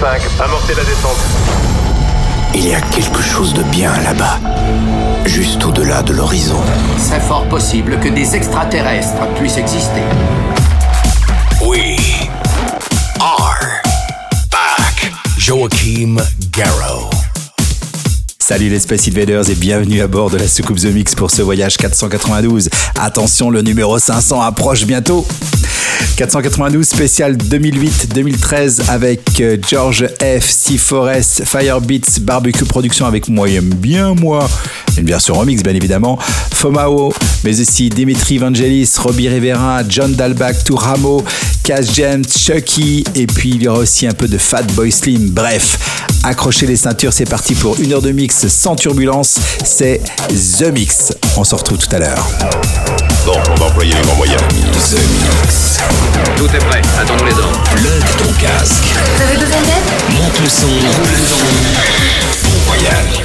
5, amorcez la descente. Il y a quelque chose de bien là-bas, juste au-delà de l'horizon. C'est fort possible que des extraterrestres puissent exister. We are back. Joachim Garraud. Salut les Space Invaders et bienvenue à bord de la soucoupe The Mix pour ce voyage 492. Attention, le numéro 500 approche bientôt. 492 spécial 2008-2013 avec George F, C4S, Firebeats, Barbecue Production avec moi, bien moi, une version remix bien évidemment, Fomao, mais aussi Dimitri Vangelis, Robbie Rivera, John Dalbach, Touramo, Cass James, Chucky, et puis il y aura aussi un peu de Fatboy Slim. Bref, accrochez les ceintures, c'est parti pour une heure de mix sans turbulence, c'est The Mix. On se retrouve tout à l'heure. Bon, on va employer les grands moyens. The Mix. Tout est prêt, attendons les ordres. Plug ton casque. Vous avez besoin d'aide ? Monte le son, roule le son. Bon voyage.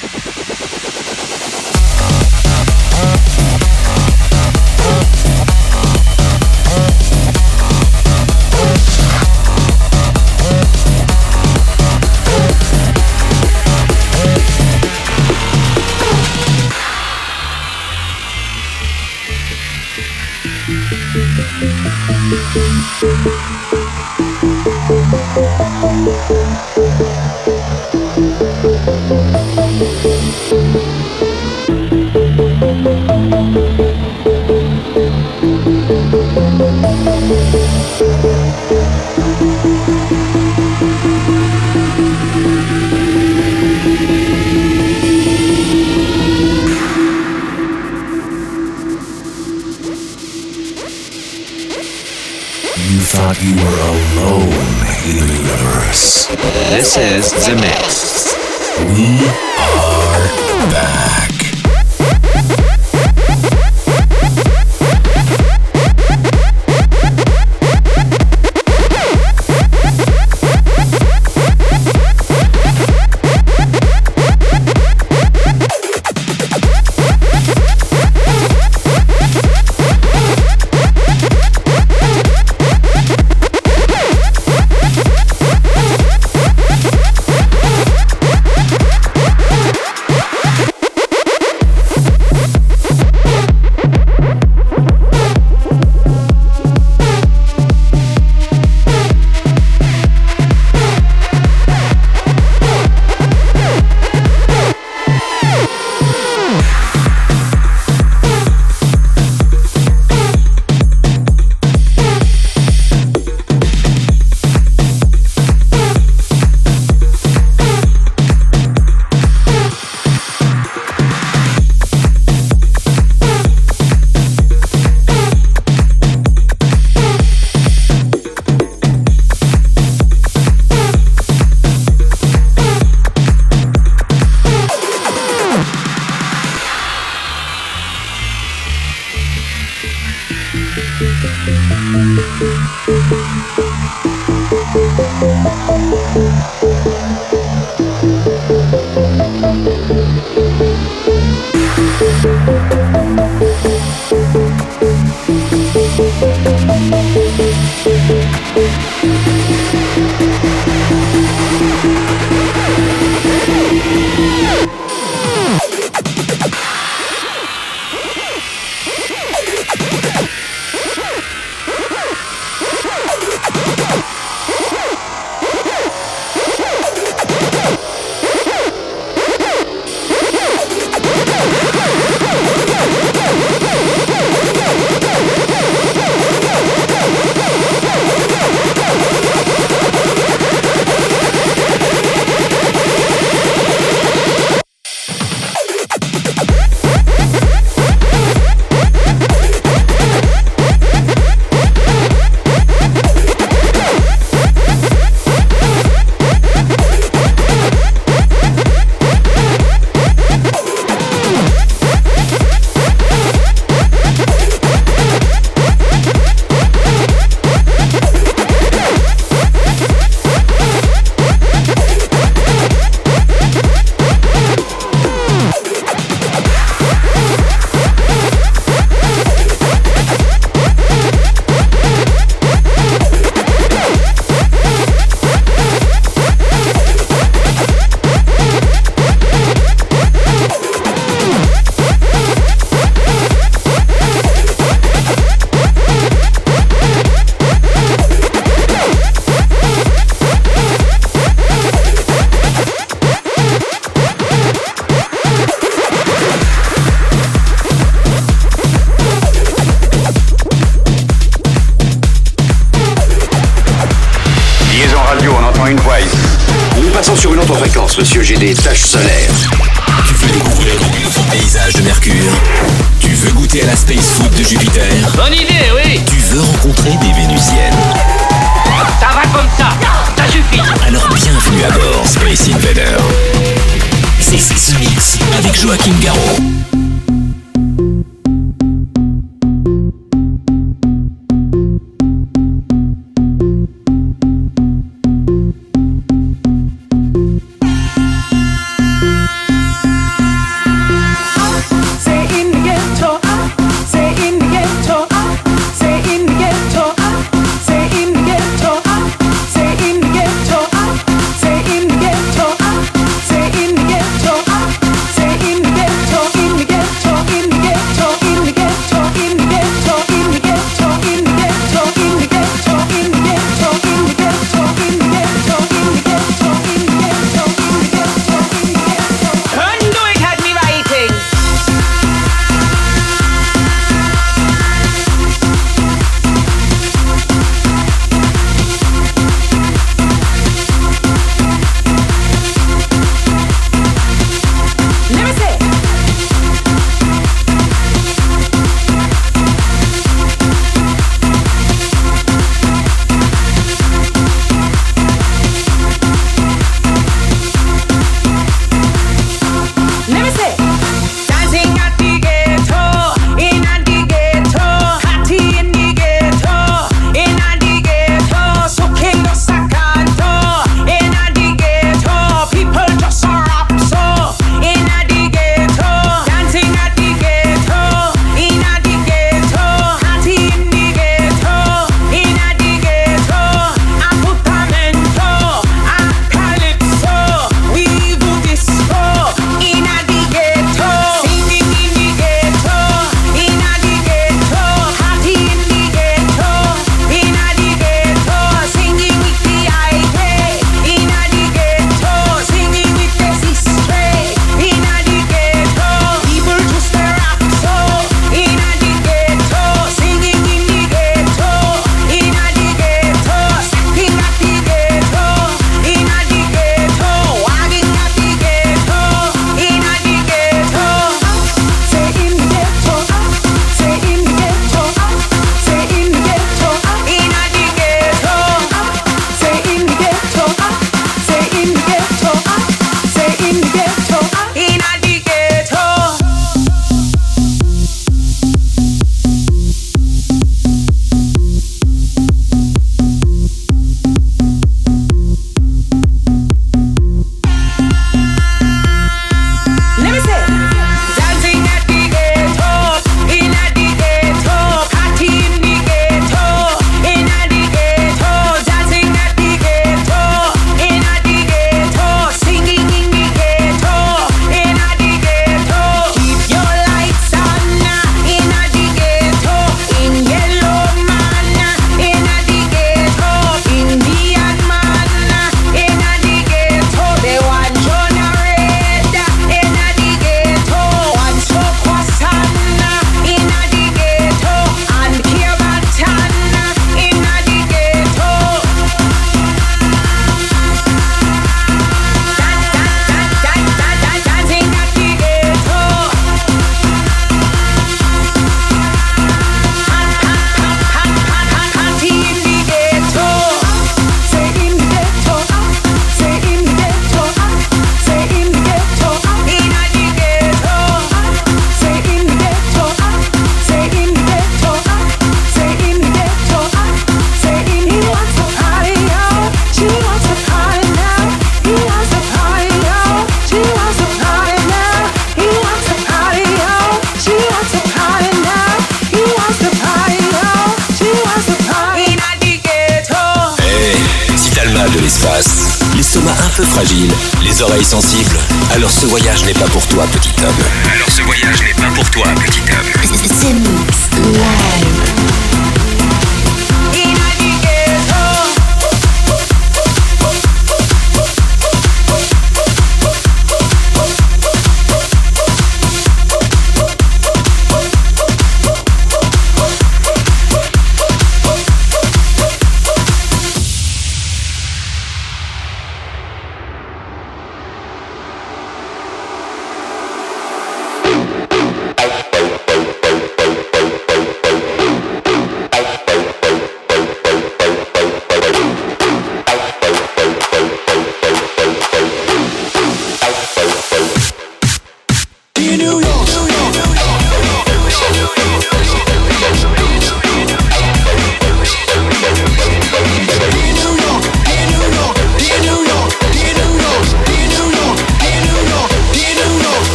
You were alone in the universe. This is The Mix. We are back. Sur une autre fréquence, monsieur, j'ai des taches solaires. Tu veux découvrir le nouveau paysage de Mercure? Tu veux goûter à la space food de Jupiter? Bonne idée, oui. Tu veux rencontrer des Vénusiennes? Ça va comme ça suffit. Alors bienvenue à bord, Space Invader. C'est The Mix avec Joachim Garraud. fragile, les oreilles sensibles. Alors ce voyage n'est pas pour toi, petit homme. Alors ce voyage n'est pas pour toi, petit homme. The Mix Live.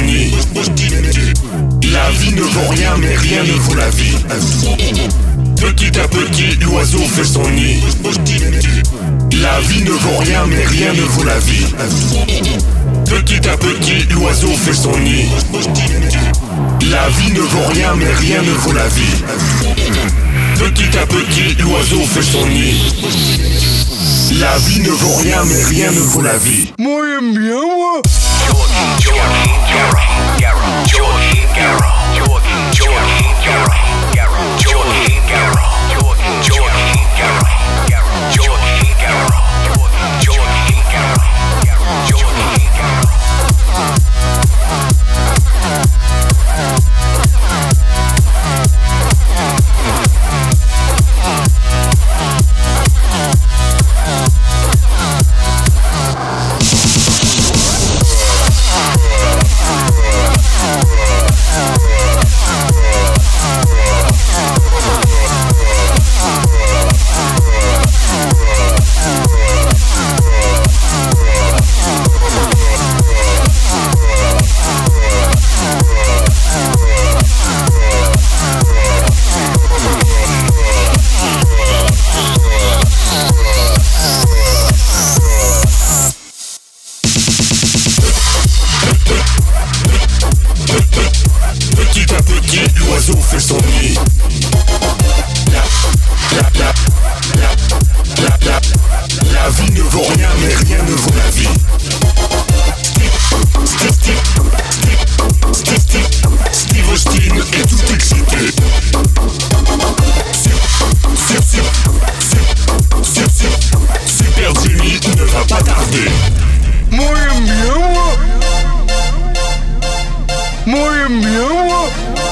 nid. La vie ne vaut rien, mais rien ne vaut la vie. Petit à petit, l'oiseau fait son nid. La vie ne vaut rien, mais rien ne vaut la vie. Petit à petit, l'oiseau fait son nid. La vie ne vaut rien, mais rien ne vaut la vie. Petit à petit, l'oiseau fait son nid. La vie ne vaut rien, mais rien ne vaut la vie. Moi j'aime bien, moi. Petit à petit, l'oiseau fait son nid. La vie ne vaut rien, mais rien ne vaut la vie. Steve Austin est tout excité. Super Jimmy ne va pas tarder. Moi j'aime bien, moi. Moi j'aime bien, moi.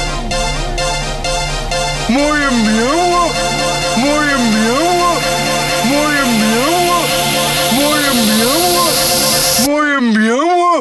Moi j'aime bien, moi. Moi j'aime bien, moi. Moi j'aime bien, moi. Moi j'aime bien, moi. Moi j'aime bien, moi.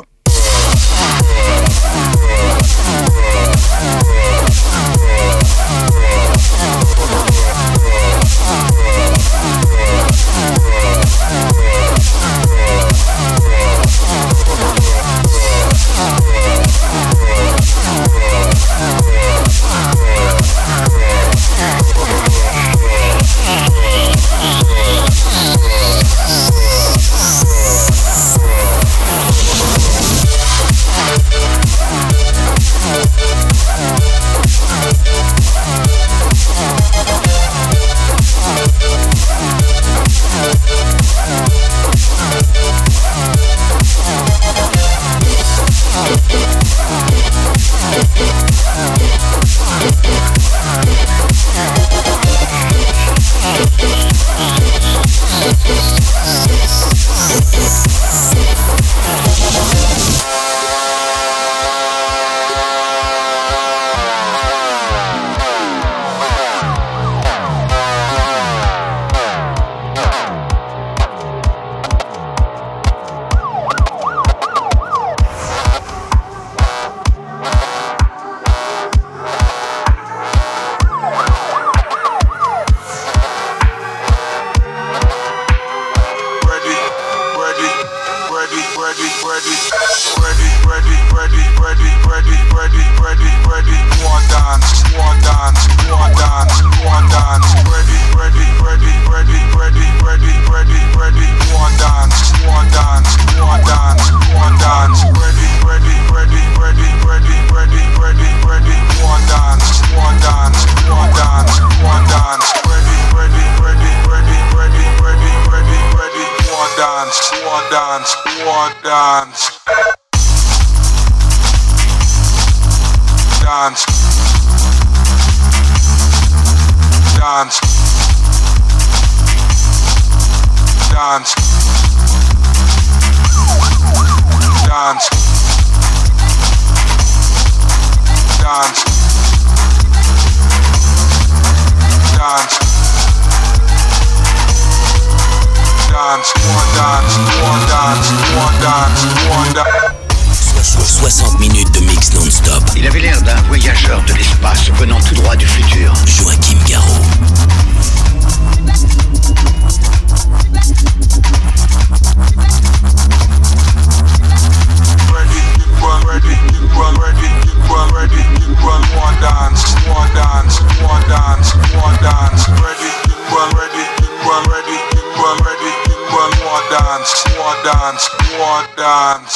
ready, well, more dance, more dance, more dance, more dance, ready, well, ready, well, ready, well, ready, well, more dance, more dance, more dance.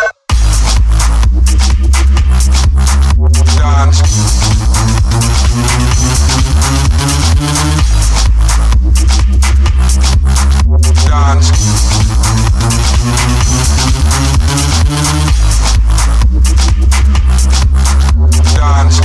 Dance. Dance. Dance.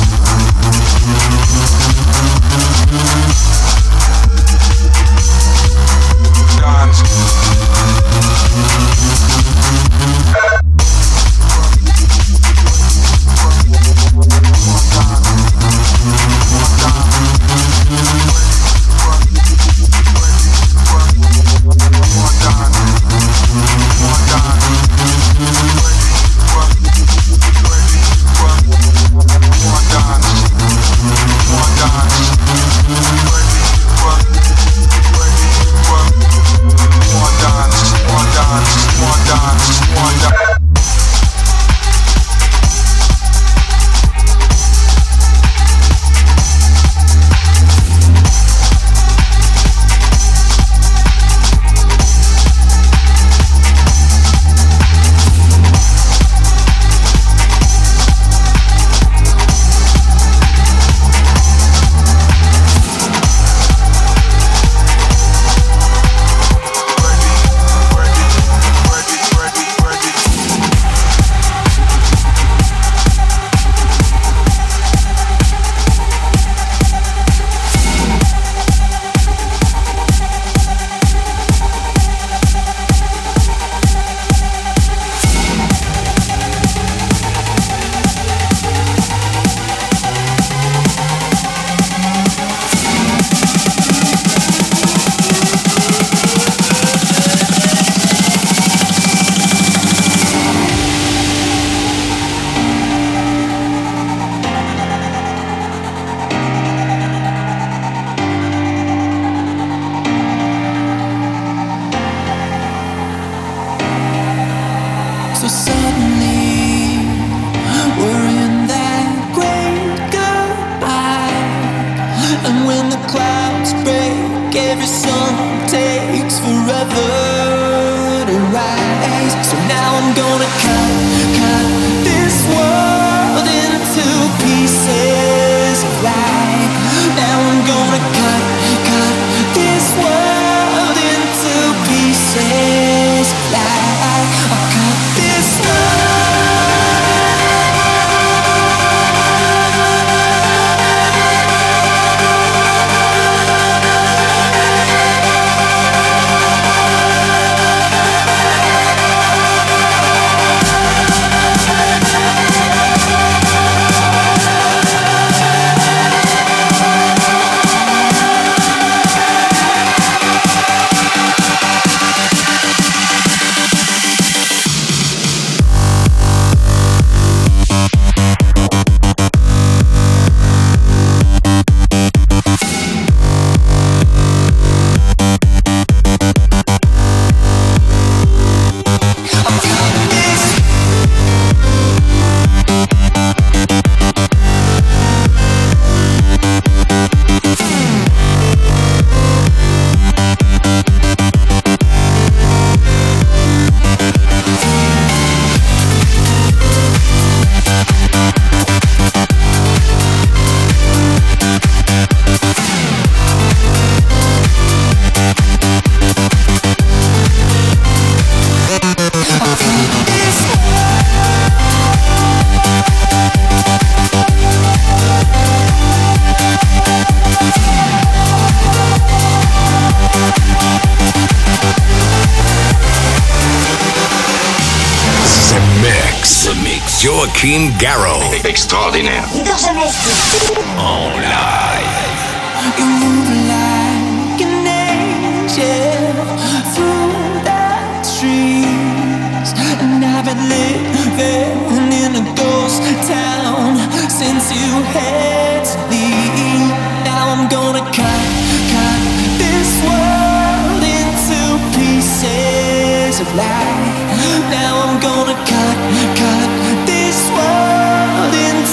Joachim Garraud. Extraordinaire. En live. You move like an angel through the trees, and I've been living in a ghost town since you had to leave. Now I'm gonna cut this world into pieces of light. Now I'm gonna cut this world into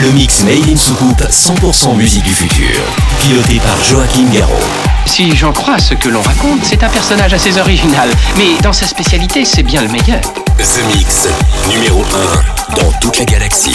Le mix Made in Soucoupe, 100% musique du futur. Piloté par Joachim Garraud. Si j'en crois ce que l'on raconte, c'est un personnage assez original. Mais dans sa spécialité, c'est bien le meilleur. The Mix, numéro 1 dans toute la galaxie.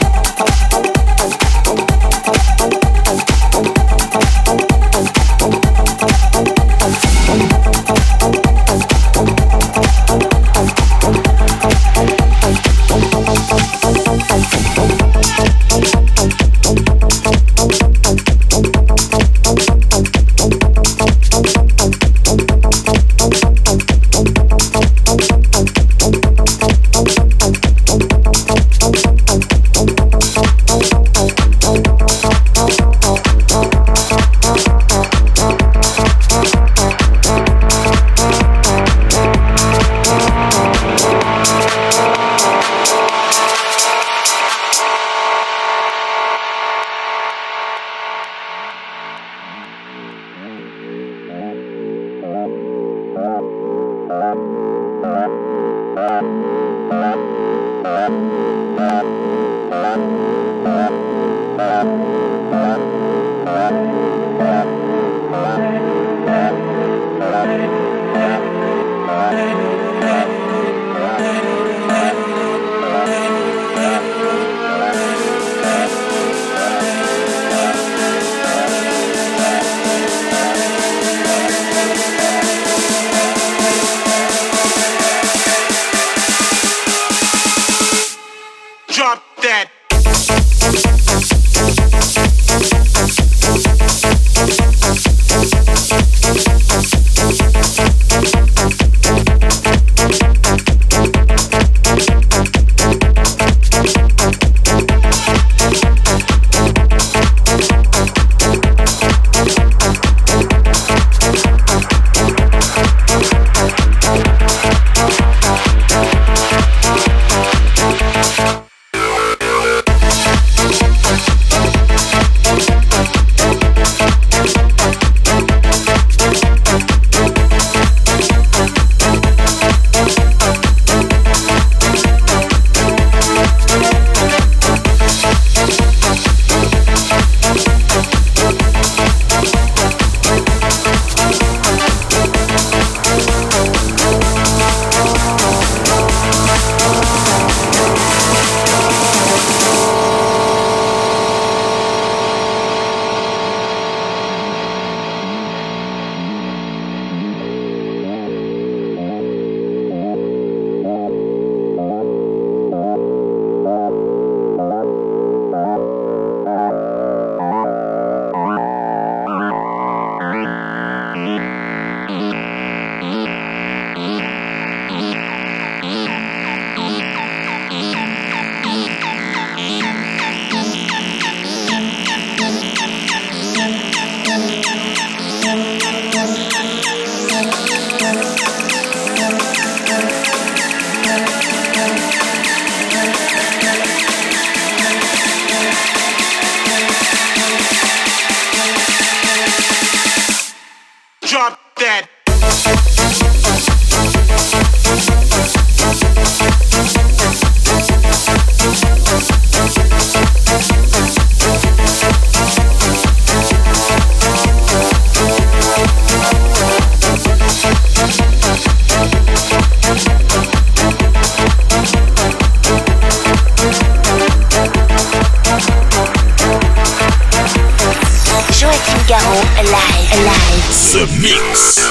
The Mix.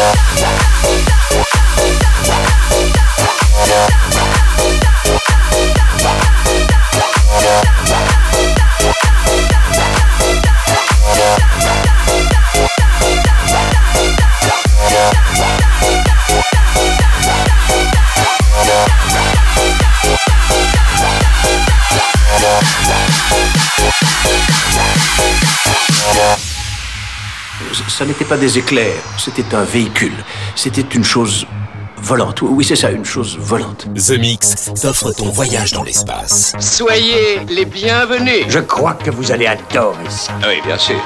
Ça n'était pas des éclairs, c'était un véhicule. C'était une chose volante. Oui, c'est ça, une chose volante. The Mix t'offre ton voyage dans l'espace. Soyez les bienvenus. Je crois que vous allez adorer ça. Oui, bien sûr.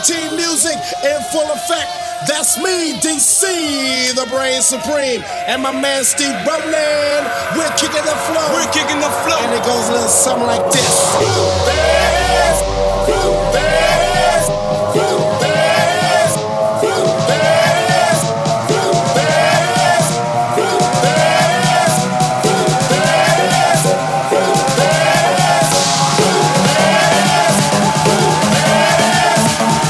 G music in full effect. That's me, DC, the brain supreme, and my man Steve Rowland. We're kicking the flow. We're kicking the flow. And it goes a little something like this. Group bass, group bass, group bass, group bass, group bass, group bass, group bass, group bass, group bass, group bass,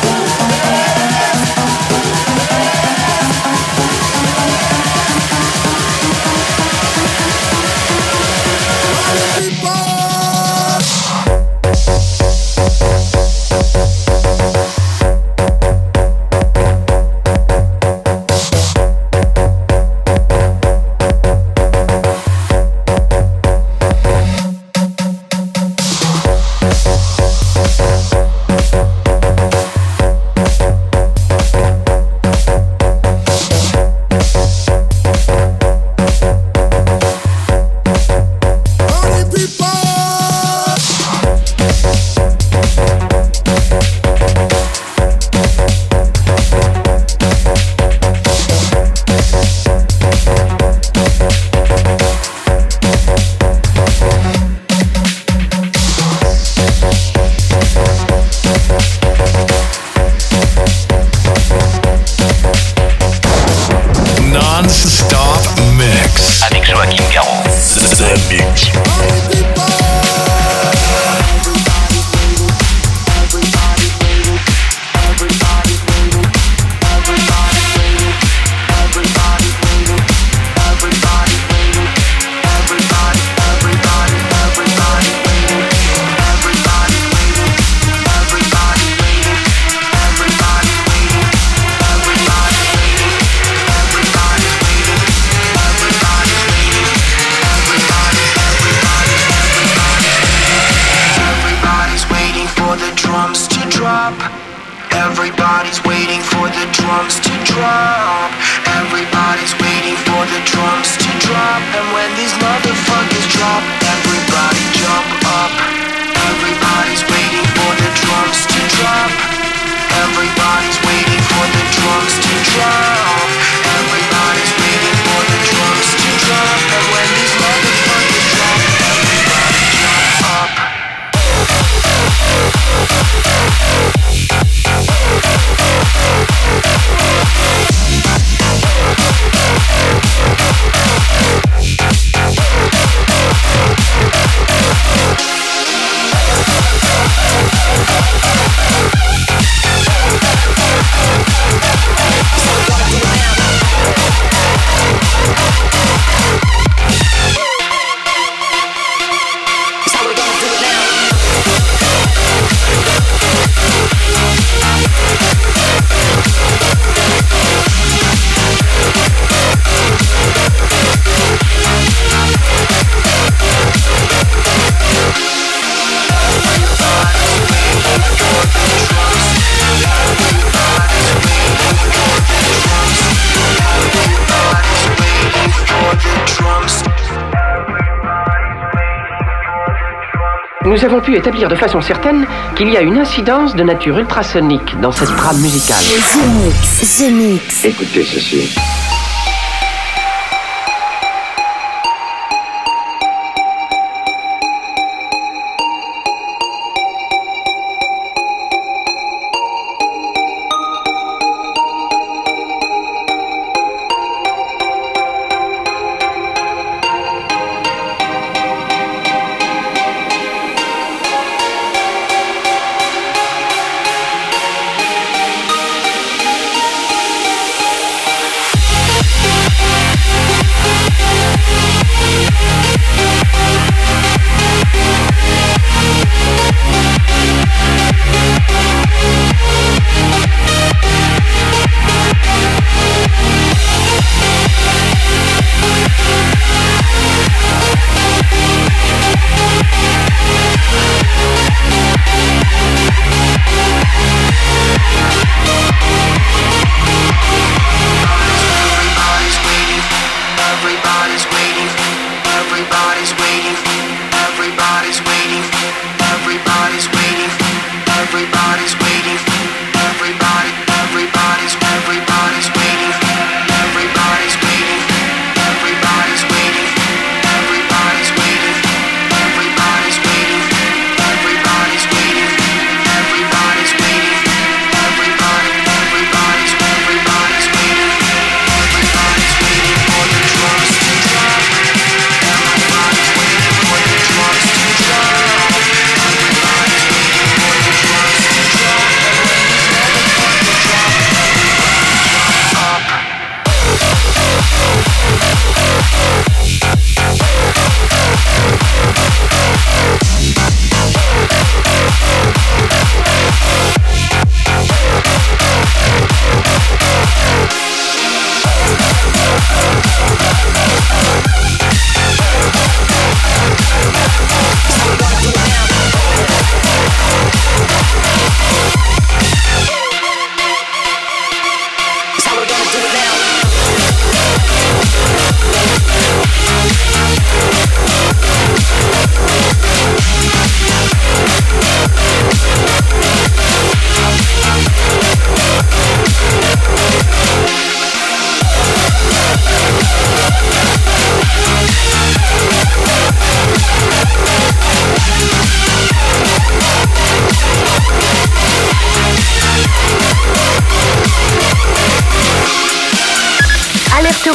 Nous avons pu établir de façon certaine qu'il y a une incidence de nature ultrasonique dans cette trame musicale. The Mix. Écoutez ceci.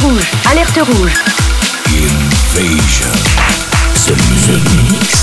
rouge, alerte rouge. Invasion. The Mix.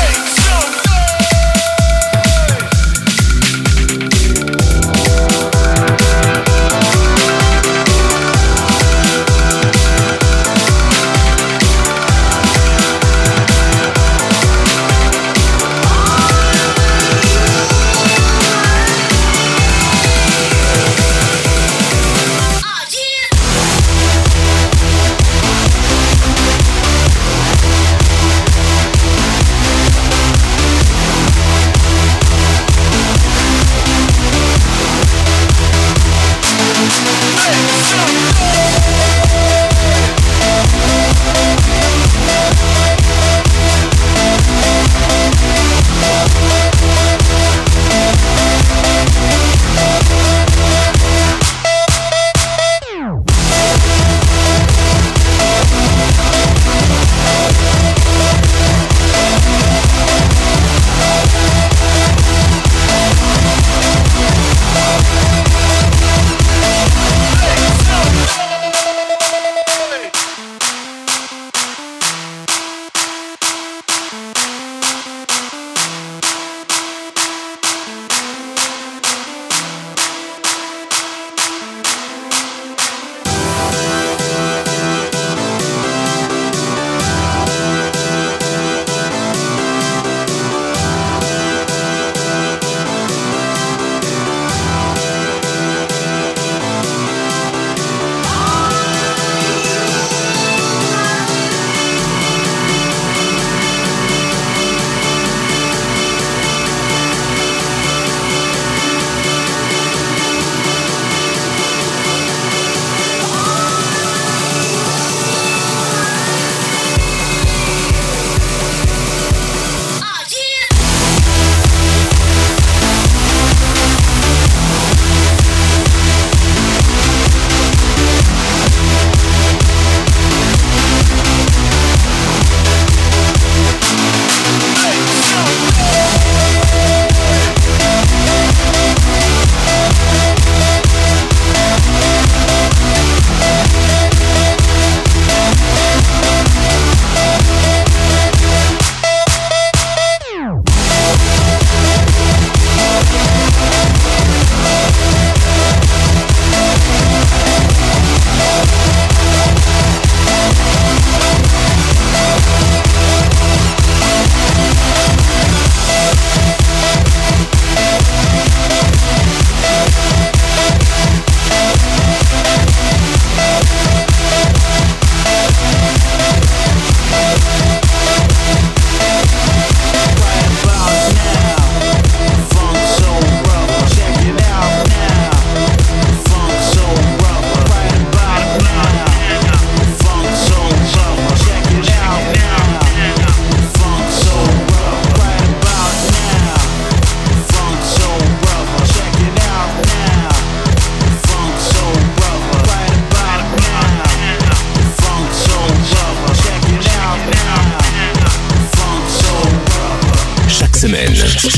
Semaine.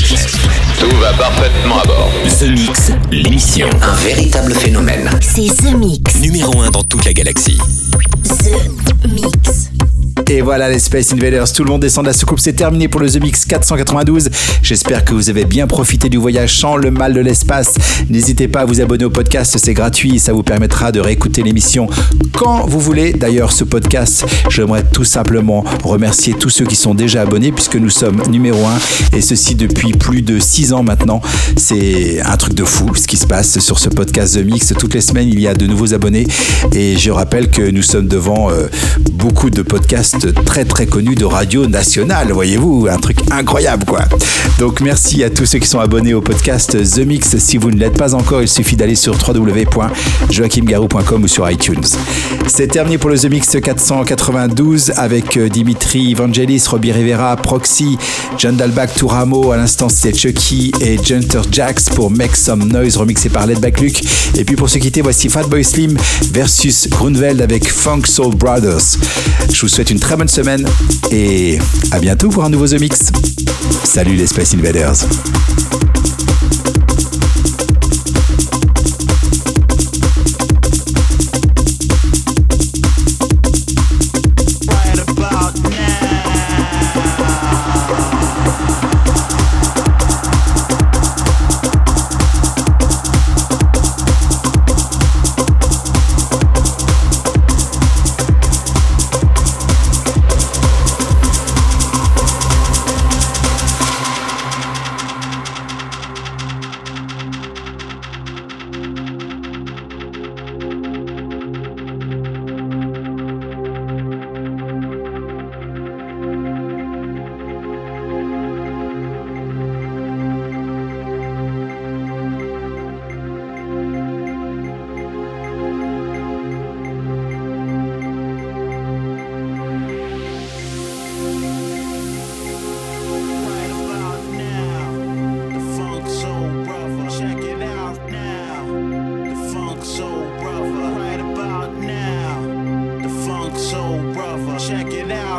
Tout va parfaitement à bord. The Mix, l'émission. Un véritable phénomène. C'est The Mix. Numéro 1 dans toute la galaxie. The Mix. Et voilà les Space Invaders, tout le monde descend de la soucoupe, c'est terminé pour le The Mix 492. J'espère que vous avez bien profité du voyage sans le mal de l'espace. N'hésitez pas à vous abonner au podcast, c'est gratuit, ça vous permettra de réécouter l'émission quand vous voulez. D'ailleurs, ce podcast, j'aimerais tout simplement remercier tous ceux qui sont déjà abonnés puisque nous sommes numéro 1 et ceci depuis plus de 6 ans maintenant. C'est un truc de fou ce qui se passe sur ce podcast The Mix. Toutes les semaines, il y a de nouveaux abonnés et je rappelle que nous sommes devant beaucoup de podcasts très très connus de radio nationale, voyez-vous, un truc incroyable quoi. Donc merci à tous ceux qui sont abonnés au podcast The Mix. Si vous ne l'êtes pas encore, il suffit d'aller sur www.joachimgarou.com ou sur iTunes. C'est terminé pour le The Mix 492 avec Dimitri Vangelis, Robbie Rivera, Proxy, John Dalbach, Touramo. À l'instant c'était Chucky et Junter Jax pour Make Some Noise, remixé par Led Back Luke. Et puis pour se quitter, voici Fatboy Slim versus Grunwald avec Funk Soul Brothers. Je vous souhaite une très bonne semaine et à bientôt pour un nouveau The Mix. Salut les Space Invaders.